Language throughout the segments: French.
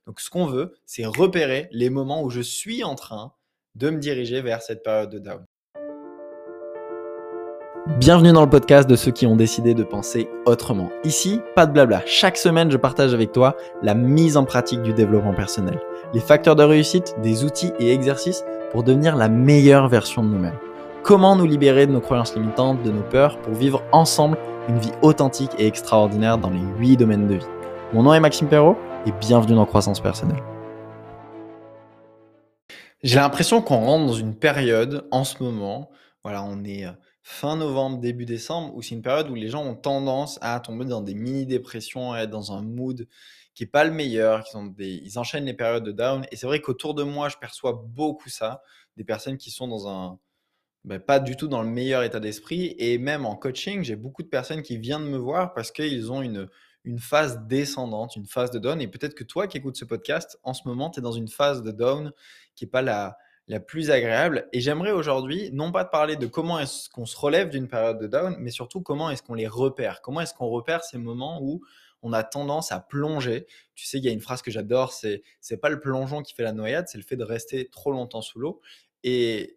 Donc, ce qu'on veut, c'est repérer les moments où je suis en train de me diriger vers cette période de down. Bienvenue dans le podcast de ceux qui ont décidé de penser autrement. Ici, pas de blabla. Chaque semaine, je partage avec toi la mise en pratique du développement personnel, les facteurs de réussite, des outils et exercices pour devenir la meilleure version de nous-mêmes. Comment nous libérer de nos croyances limitantes, de nos peurs, pour vivre ensemble une vie authentique et extraordinaire dans les 8 domaines de vie. Mon nom est Maxime Perrault et bienvenue dans Croissance Personnelle. J'ai l'impression qu'on rentre dans une période en ce moment, voilà, on est fin novembre, début décembre, où c'est une période où les gens ont tendance à tomber dans des mini-dépressions, à être dans un mood qui est pas le meilleur, ils enchaînent les périodes de down. Et c'est vrai qu'autour de moi, je perçois beaucoup ça, des personnes qui sont pas du tout dans le meilleur état d'esprit. Et même en coaching, j'ai beaucoup de personnes qui viennent me voir parce qu'ils ont une phase descendante, une phase de down. Et peut-être que toi qui écoutes ce podcast, en ce moment, tu es dans une phase de down qui n'est pas la plus agréable. Et j'aimerais aujourd'hui, non pas te parler de comment est-ce qu'on se relève d'une période de down, mais surtout comment est-ce qu'on les repère. Comment est-ce qu'on repère ces moments où on a tendance à plonger. Tu sais, il y a une phrase que j'adore, c'est pas le plongeon qui fait la noyade, c'est le fait de rester trop longtemps sous l'eau. Et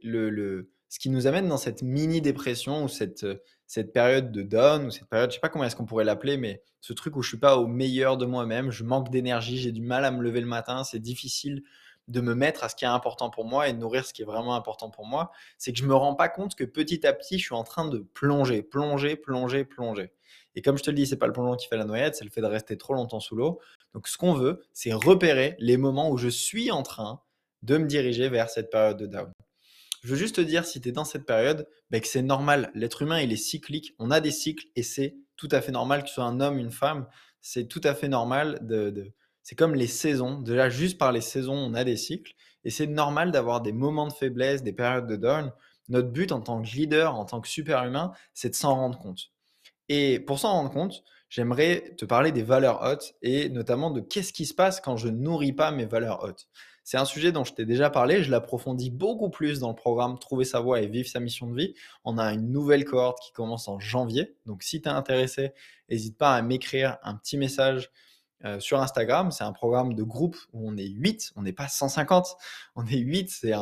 ce qui nous amène dans cette mini-dépression ou cette période de down ou cette période, je sais pas comment est-ce qu'on pourrait l'appeler, mais ce truc où je suis pas au meilleur de moi-même, je manque d'énergie, j'ai du mal à me lever le matin, c'est difficile de me mettre à ce qui est important pour moi et de nourrir ce qui est vraiment important pour moi, c'est que je me rends pas compte que petit à petit, je suis en train de plonger, plonger, plonger, plonger. Et comme je te le dis, c'est pas le plongeon qui fait la noyade, c'est le fait de rester trop longtemps sous l'eau. Donc, ce qu'on veut, c'est repérer les moments où je suis en train de me diriger vers cette période de down. Je veux juste te dire, si tu es dans cette période, que c'est normal. L'être humain, il est cyclique. On a des cycles et c'est tout à fait normal que tu sois un homme, une femme. C'est tout à fait normal c'est comme les saisons. Déjà, juste par les saisons, on a des cycles. Et c'est normal d'avoir des moments de faiblesse, des périodes de down. Notre but en tant que leader, en tant que super-humain, c'est de s'en rendre compte. Et pour s'en rendre compte, j'aimerais te parler des valeurs hautes et notamment de qu'est-ce qui se passe quand je nourris pas mes valeurs hautes. C'est un sujet dont je t'ai déjà parlé, je l'approfondis beaucoup plus dans le programme Trouver sa voie et vivre sa mission de vie. On a une nouvelle cohorte qui commence en janvier. Donc si tu es intéressé, n'hésite pas à m'écrire un petit message sur Instagram. C'est un programme de groupe où on est 8, on n'est pas 150, on est 8, c'est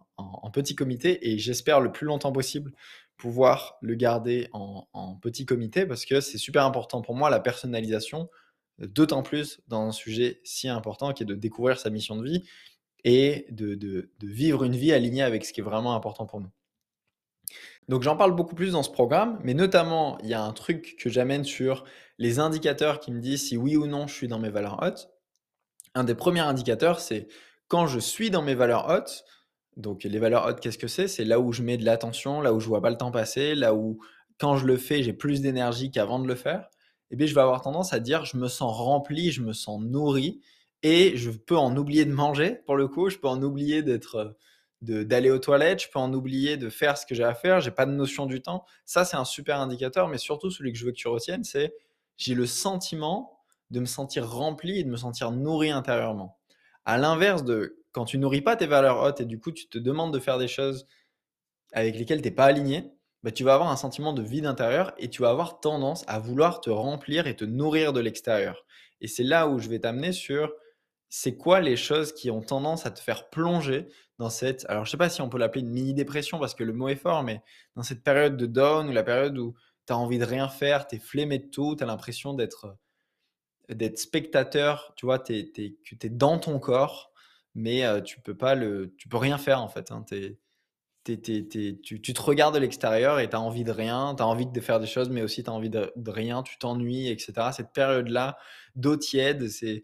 un petit comité et j'espère le plus longtemps possible pouvoir le garder en petit comité parce que c'est super important pour moi, la personnalisation, d'autant plus dans un sujet si important qui est de découvrir sa mission de vie et de vivre une vie alignée avec ce qui est vraiment important pour nous. Donc j'en parle beaucoup plus dans ce programme, mais notamment, il y a un truc que j'amène sur les indicateurs qui me disent si oui ou non je suis dans mes valeurs hautes. Un des premiers indicateurs, c'est quand je suis dans mes valeurs hautes. Donc les valeurs hautes, qu'est-ce que c'est? C'est là où je mets de l'attention, là où je vois pas le temps passer, là où quand je le fais, j'ai plus d'énergie qu'avant de le faire. Et bien, je vais avoir tendance à dire je me sens rempli, je me sens nourri et je peux en oublier de manger pour le coup, je peux en oublier d'aller aux toilettes, je peux en oublier de faire ce que j'ai à faire, j'ai pas de notion du temps. Ça, c'est un super indicateur, mais surtout celui que je veux que tu retiennes, c'est j'ai le sentiment de me sentir rempli et de me sentir nourri intérieurement. À l'inverse de quand tu nourris pas tes valeurs hautes et du coup tu te demandes de faire des choses avec lesquelles tu n'es pas aligné, tu vas avoir un sentiment de vide intérieur et tu vas avoir tendance à vouloir te remplir et te nourrir de l'extérieur. Et c'est là où je vais t'amener sur c'est quoi les choses qui ont tendance à te faire plonger dans alors je sais pas si on peut l'appeler une mini-dépression parce que le mot est fort, mais dans cette période de down ou la période où tu as envie de rien faire, tu es flemmé de tout, tu as l'impression d'être spectateur, tu vois, que tu es dans ton corps, mais tu peux rien faire en fait. Hein. Tu te regardes de l'extérieur et tu as envie de rien, tu as envie de faire des choses, mais aussi tu as envie de rien, tu t'ennuies, etc. Cette période-là d'eau tiède, c'est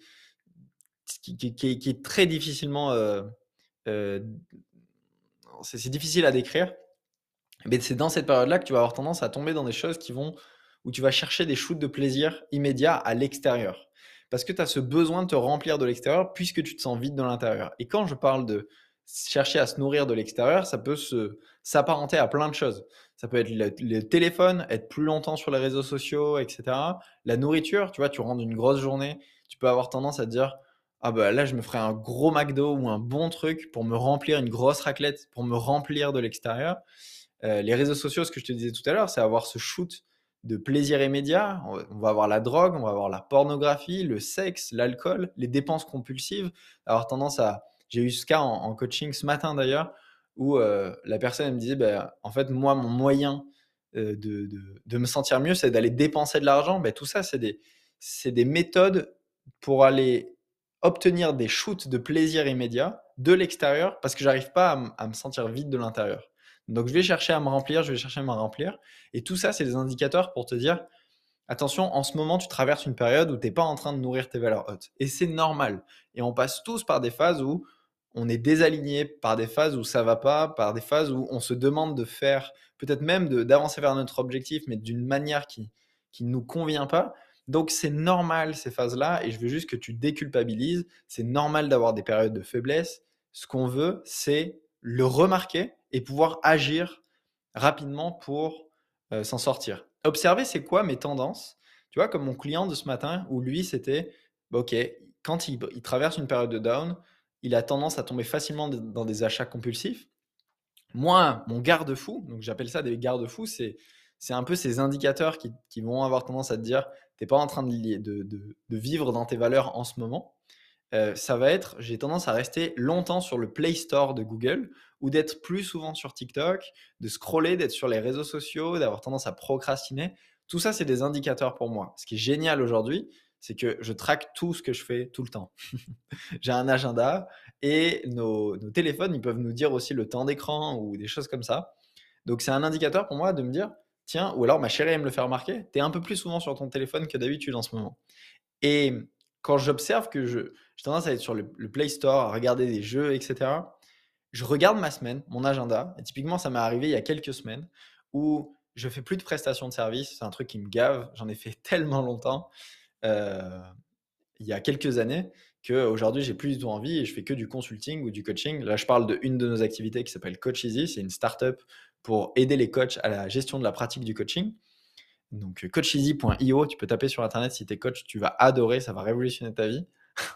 qui est très difficilement, euh, c'est difficile à décrire. Mais c'est dans cette période-là que tu vas avoir tendance à tomber dans des choses où tu vas chercher des shoots de plaisir immédiats à l'extérieur. Parce que tu as ce besoin de te remplir de l'extérieur puisque tu te sens vide de l'intérieur. Et quand je parle de chercher à se nourrir de l'extérieur, ça peut s'apparenter à plein de choses. Ça peut être le téléphone, être plus longtemps sur les réseaux sociaux, etc. La nourriture, tu vois, tu rentres d'une grosse journée, tu peux avoir tendance à te dire ah bah là, je me ferai un gros McDo ou un bon truc pour me remplir une grosse raclette, pour me remplir de l'extérieur. Les réseaux sociaux, ce que je te disais tout à l'heure, c'est avoir ce shoot de plaisir immédiat. On va avoir la drogue, on va avoir la pornographie, le sexe, l'alcool, les dépenses compulsives. Avoir tendance à j'ai eu ce cas en coaching ce matin d'ailleurs où, la personne elle me disait: «Bah, en fait, moi, mon moyen, de me sentir mieux, c'est d'aller dépenser de l'argent». Beh, tout ça, c'est des méthodes pour aller obtenir des shoots de plaisir immédiat de l'extérieur parce que j'arrive pas à me sentir vide de l'intérieur. Donc je vais chercher à me remplir, je vais chercher à me remplir et tout ça, c'est des indicateurs pour te dire: «Attention, en ce moment, tu traverses une période où tu es pas en train de nourrir tes valeurs hautes» et c'est normal et on passe tous par des phases où on est désaligné, par des phases où ça va pas, par des phases où on se demande de faire peut-être même d'avancer vers notre objectif, mais d'une manière qui ne nous convient pas. Donc c'est normal ces phases-là et je veux juste que tu déculpabilises. C'est normal d'avoir des périodes de faiblesse. Ce qu'on veut, c'est le remarquer et pouvoir agir rapidement pour, s'en sortir. Observer c'est quoi mes tendances. Tu vois, comme mon client de ce matin où lui c'était, bah, OK, quand il traverse une période de down, il a tendance à tomber facilement dans des achats compulsifs. Moi, mon garde-fou, donc j'appelle ça des garde-fous, c'est un peu ces indicateurs qui vont avoir tendance à te dire: «Tu es pas en train de vivre dans tes valeurs en ce moment». Ça va être, j'ai tendance à rester longtemps sur le Play Store de Google ou d'être plus souvent sur TikTok, de scroller, d'être sur les réseaux sociaux, d'avoir tendance à procrastiner. Tout ça, c'est des indicateurs pour moi. Ce qui est génial aujourd'hui, c'est que je traque tout ce que je fais tout le temps. J'ai un agenda et nos téléphones, ils peuvent nous dire aussi le temps d'écran ou des choses comme ça. Donc c'est un indicateur pour moi de me dire: «Tiens» ou alors ma chérie, elle me le fait remarquer: «Tu es un peu plus souvent sur ton téléphone que d'habitude en ce moment». Et quand j'observe que j'ai tendance à être sur le Play Store, à regarder des jeux et cetera, je regarde ma semaine, mon agenda et typiquement ça m'est arrivé il y a quelques semaines où je fais plus de prestations de service. C'est un truc qui me gave, j'en ai fait tellement longtemps, heu, il y a quelques années qu'aujourd'hui j'ai plus du tout envie et je fais que du consulting ou du coaching. Là, je parle d'une de nos activités qui s'appelle Coach Easy, c'est une start-up pour aider les coachs à la gestion de la pratique du coaching. Donc, coacheasy.io, tu peux taper sur internet si tu es coach, tu vas adorer, ça va révolutionner ta vie.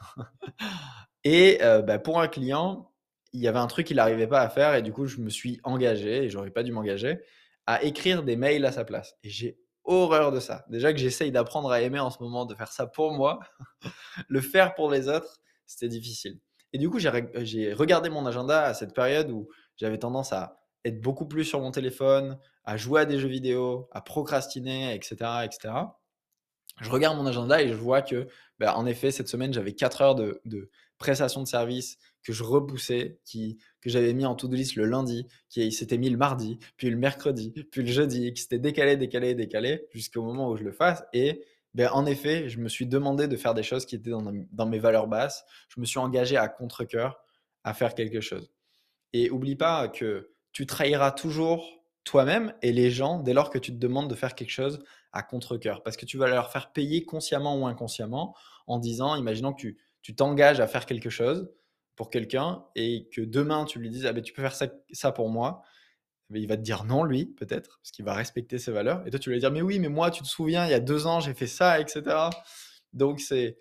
Et bah, pour un client, il y avait un truc qu'il n'arrivait pas à faire et du coup, je me suis engagé et j'aurais pas dû m'engager, à écrire des mails à sa place et j'ai horreur de ça. Déjà que j'essaye d'apprendre à aimer en ce moment, de faire ça pour moi, le faire pour les autres, c'était difficile. Et du coup, j'ai regardé mon agenda à cette période où j'avais tendance à être beaucoup plus sur mon téléphone, à jouer à des jeux vidéo, à procrastiner et cetera et cetera. Je regarde mon agenda et je vois que, bah, en effet, cette semaine, j'avais 4 heures de prestation de service que je repoussais, que j'avais mis en to do list le lundi, qui s'était mis le mardi, puis le mercredi, puis le jeudi, qui s'était décalé, décalé, décalé jusqu'au moment où je le fasse et beh, en effet, je me suis demandé de faire des choses qui étaient dans mes valeurs basses. Je me suis engagé à contre-cœur à faire quelque chose. Et oublie pas que tu trahiras toujours toi-même et les gens dès lors que tu te demandes de faire quelque chose à contre-cœur. Parce que tu vas leur faire payer consciemment ou inconsciemment en disant, imaginons que tu t'engages à faire quelque chose pour quelqu'un et que demain tu lui dises: «Ah ben tu peux faire ça pour moi». Mais il va te dire non lui, peut-être, parce qu'il va respecter ses valeurs et toi tu vas lui dire: «Mais oui, mais moi tu te souviens, il y a 2 ans j'ai fait ça» et cetera. Donc c'est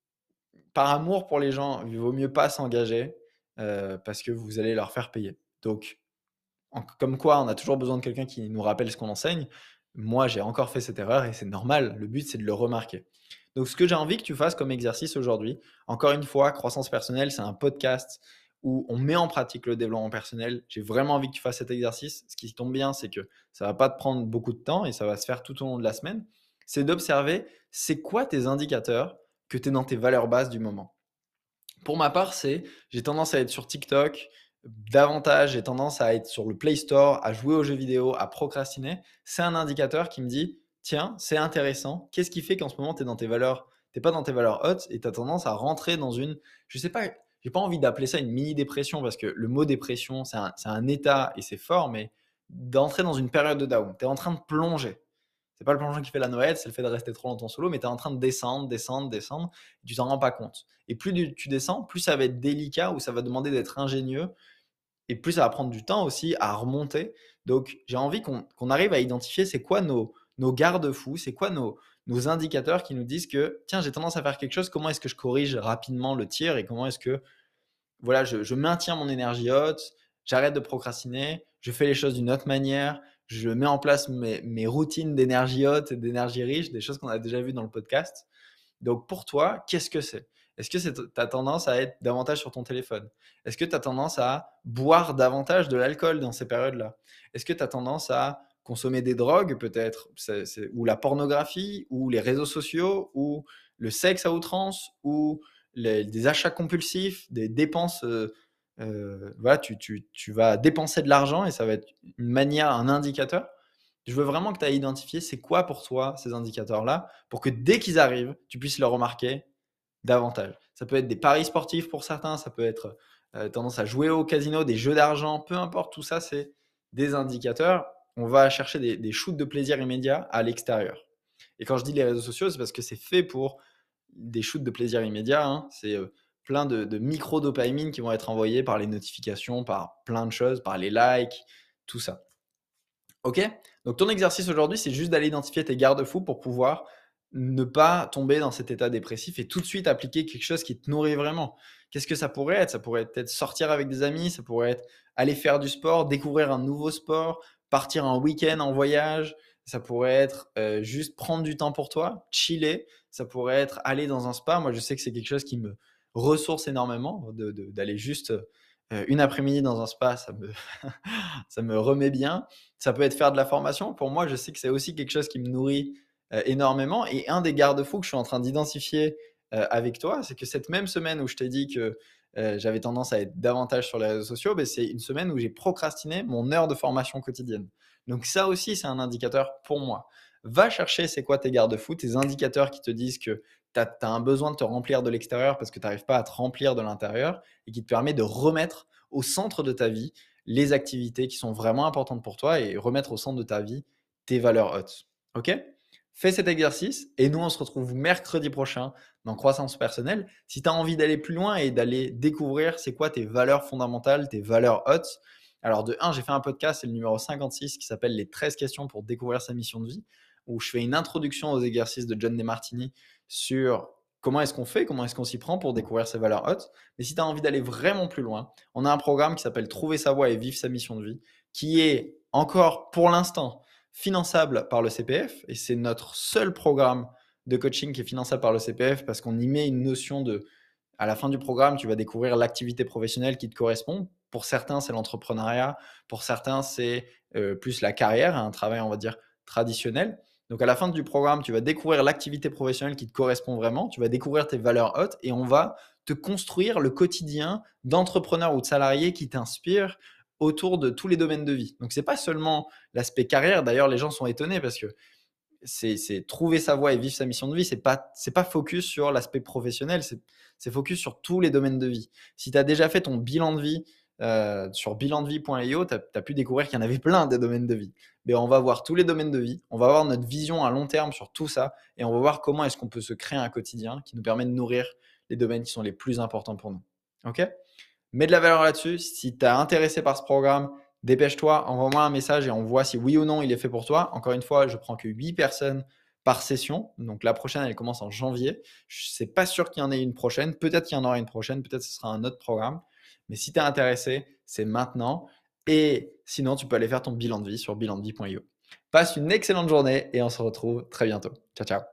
par amour pour les gens, il vaut mieux pas s'engager, parce que vous allez leur faire payer. Donc comme quoi, on a toujours besoin de quelqu'un qui nous rappelle ce qu'on enseigne. Moi, j'ai encore fait cette erreur et c'est normal. Le but, c'est de le remarquer. Donc, ce que j'ai envie que tu fasses comme exercice aujourd'hui, encore une fois, croissance personnelle, c'est un podcast où on met en pratique le développement personnel. J'ai vraiment envie que tu fasses cet exercice. Ce qui tombe bien, c'est que ça va pas te prendre beaucoup de temps et ça va se faire tout au long de la semaine. C'est d'observer, c'est quoi tes indicateurs que tu es dans tes valeurs bases du moment. Pour ma part, j'ai tendance à être sur TikTok davantage, j'ai tendance à être sur le Play Store, à jouer aux jeux vidéo, à procrastiner. C'est un indicateur qui me dit: «Tiens, c'est intéressant. Qu'est-ce qui fait qu'en ce moment, tu es dans tes valeurs tu pas dans tes valeurs hautes et tu as tendance à rentrer dans une» je sais pas, j'ai pas envie d'appeler ça une mini dépression parce que le mot dépression, c'est un état et c'est fort, mais d'entrer dans une période de down. Tu es en train de plonger. C'est pas le plongeon qui fait la noyade, c'est le fait de rester trop longtemps sous l'eau, mais tu es en train de descendre, descendre, descendre, et tu t'en rends pas compte. Et plus tu descends, plus ça va être délicat ou ça va demander d'être ingénieux et plus ça va prendre du temps aussi à remonter. Donc j'ai envie qu'on arrive à identifier c'est quoi nos garde-fous, c'est quoi nos indicateurs qui nous disent que tiens, j'ai tendance à faire quelque chose, comment est-ce que je corrige rapidement le tir et comment est-ce que voilà, je maintiens mon énergie haute, j'arrête de procrastiner, je fais les choses d'une autre manière, je mets en place mes routines d'énergie haute et d'énergie riche, des choses qu'on a déjà vues dans le podcast. Donc pour toi, qu'est-ce que c'est? Est-ce que tu as tendance à être davantage sur ton téléphone? Est-ce que tu as tendance à boire davantage de l'alcool dans ces périodes-là? Est-ce que tu as tendance à consommer des drogues peut-être? Ou la pornographie, ou les réseaux sociaux, ou le sexe à outrance, ou des achats compulsifs, des dépenses, voilà, tu vas dépenser de l'argent et ça va être une manière, un indicateur. Je veux vraiment que tu ailles identifier c'est quoi pour toi ces indicateurs-là, pour que dès qu'ils arrivent, tu puisses les remarquer davantage. Ça peut être des paris sportifs pour certains, ça peut être, tendance à jouer au casino, des jeux d'argent, peu importe, tout ça, c'est des indicateurs. On va chercher des shoots de plaisir immédiat à l'extérieur. Et quand je dis les réseaux sociaux, c'est parce que c'est fait pour des shoots de plaisir immédiat, hein. C'est, plein de micro-dopamine qui vont être envoyés par les notifications, par plein de choses, par les likes, tout ça. OK? Donc ton exercice aujourd'hui, c'est juste d'aller identifier tes garde-fous pour pouvoir ne pas tomber dans cet état dépressif et tout de suite appliquer quelque chose qui te nourrit vraiment. Qu'est-ce que ça pourrait être? Ça pourrait être sortir avec des amis, ça pourrait être aller faire du sport, découvrir un nouveau sport, partir un week-end en voyage, ça pourrait être, juste prendre du temps pour toi, chiller, ça pourrait être aller dans un spa. Moi, je sais que c'est quelque chose qui me ressource énormément d'aller juste, une après-midi dans un spa, ça me remet bien. Ça peut être faire de la formation. Pour moi, je sais que c'est aussi quelque chose qui me nourrit, énormément et un des garde-fous que je suis en train d'identifier, avec toi, c'est que cette même semaine où je t'ai dit que, j'avais tendance à être davantage sur les réseaux sociaux, beh, c'est une semaine où j'ai procrastiné mon heure de formation quotidienne. Donc ça aussi, c'est un indicateur pour moi. Va chercher c'est quoi tes garde-fous, tes indicateurs qui te disent que tu as un besoin de te remplir de l'extérieur parce que tu n'arrives pas à te remplir de l'intérieur et qui te permet de remettre au centre de ta vie les activités qui sont vraiment importantes pour toi et remettre au centre de ta vie tes valeurs hautes. OK? Fais cet exercice et nous, on se retrouve mercredi prochain dans Croissance personnelle. Si tu as envie d'aller plus loin et d'aller découvrir c'est quoi tes valeurs fondamentales, tes valeurs hautes, alors de un, j'ai fait un podcast, c'est le numéro 56 qui s'appelle Les 13 questions pour découvrir sa mission de vie, où je fais une introduction aux exercices de John Demartini sur comment est-ce qu'on fait, comment est-ce qu'on s'y prend pour découvrir ses valeurs hautes. Mais si tu as envie d'aller vraiment plus loin, on a un programme qui s'appelle Trouver sa voie et vivre sa mission de vie, qui est encore pour l'instant finançable par le CPF. Et c'est notre seul programme de coaching qui est finançable par le CPF parce qu'on y met une notion de, à la fin du programme, tu vas découvrir l'activité professionnelle qui te correspond. Pour certains, c'est l'entrepreneuriat. Pour certains, c'est plus la carrière, un travail, on va dire, traditionnel. Donc à la fin du programme, tu vas découvrir l'activité professionnelle qui te correspond vraiment, tu vas découvrir tes valeurs hautes et on va te construire le quotidien d'entrepreneur ou de salarié qui t'inspire autour de tous les domaines de vie. Donc c'est pas seulement l'aspect carrière, d'ailleurs les gens sont étonnés parce que c'est trouver sa voie et vivre sa mission de vie, c'est pas focus sur l'aspect professionnel, c'est focus sur tous les domaines de vie. Si tu as déjà fait ton bilan de vie, sur bilandevie.io, tu as pu découvrir qu'il y en avait plein des domaines de vie. Mais on va voir tous les domaines de vie, on va voir notre vision à long terme sur tout ça et on va voir comment est-ce qu'on peut se créer un quotidien qui nous permet de nourrir les domaines qui sont les plus importants pour nous. OK? Mets de la valeur là-dessus. Si tu es intéressé par ce programme, dépêche-toi, envoie-moi un message et on voit si oui ou non il est fait pour toi. Encore une fois, je prends que 8 personnes par session. Donc la prochaine, elle commence en janvier. Je ne sais pas sûr qu'il y en ait une prochaine. Peut-être qu'il y en aura une prochaine. Peut-être que ce sera un autre programme. Mais si tu es intéressé, c'est maintenant. Et sinon, tu peux aller faire ton bilan de vie sur bilandevie.io. Passe une excellente journée et on se retrouve très bientôt. Ciao, ciao.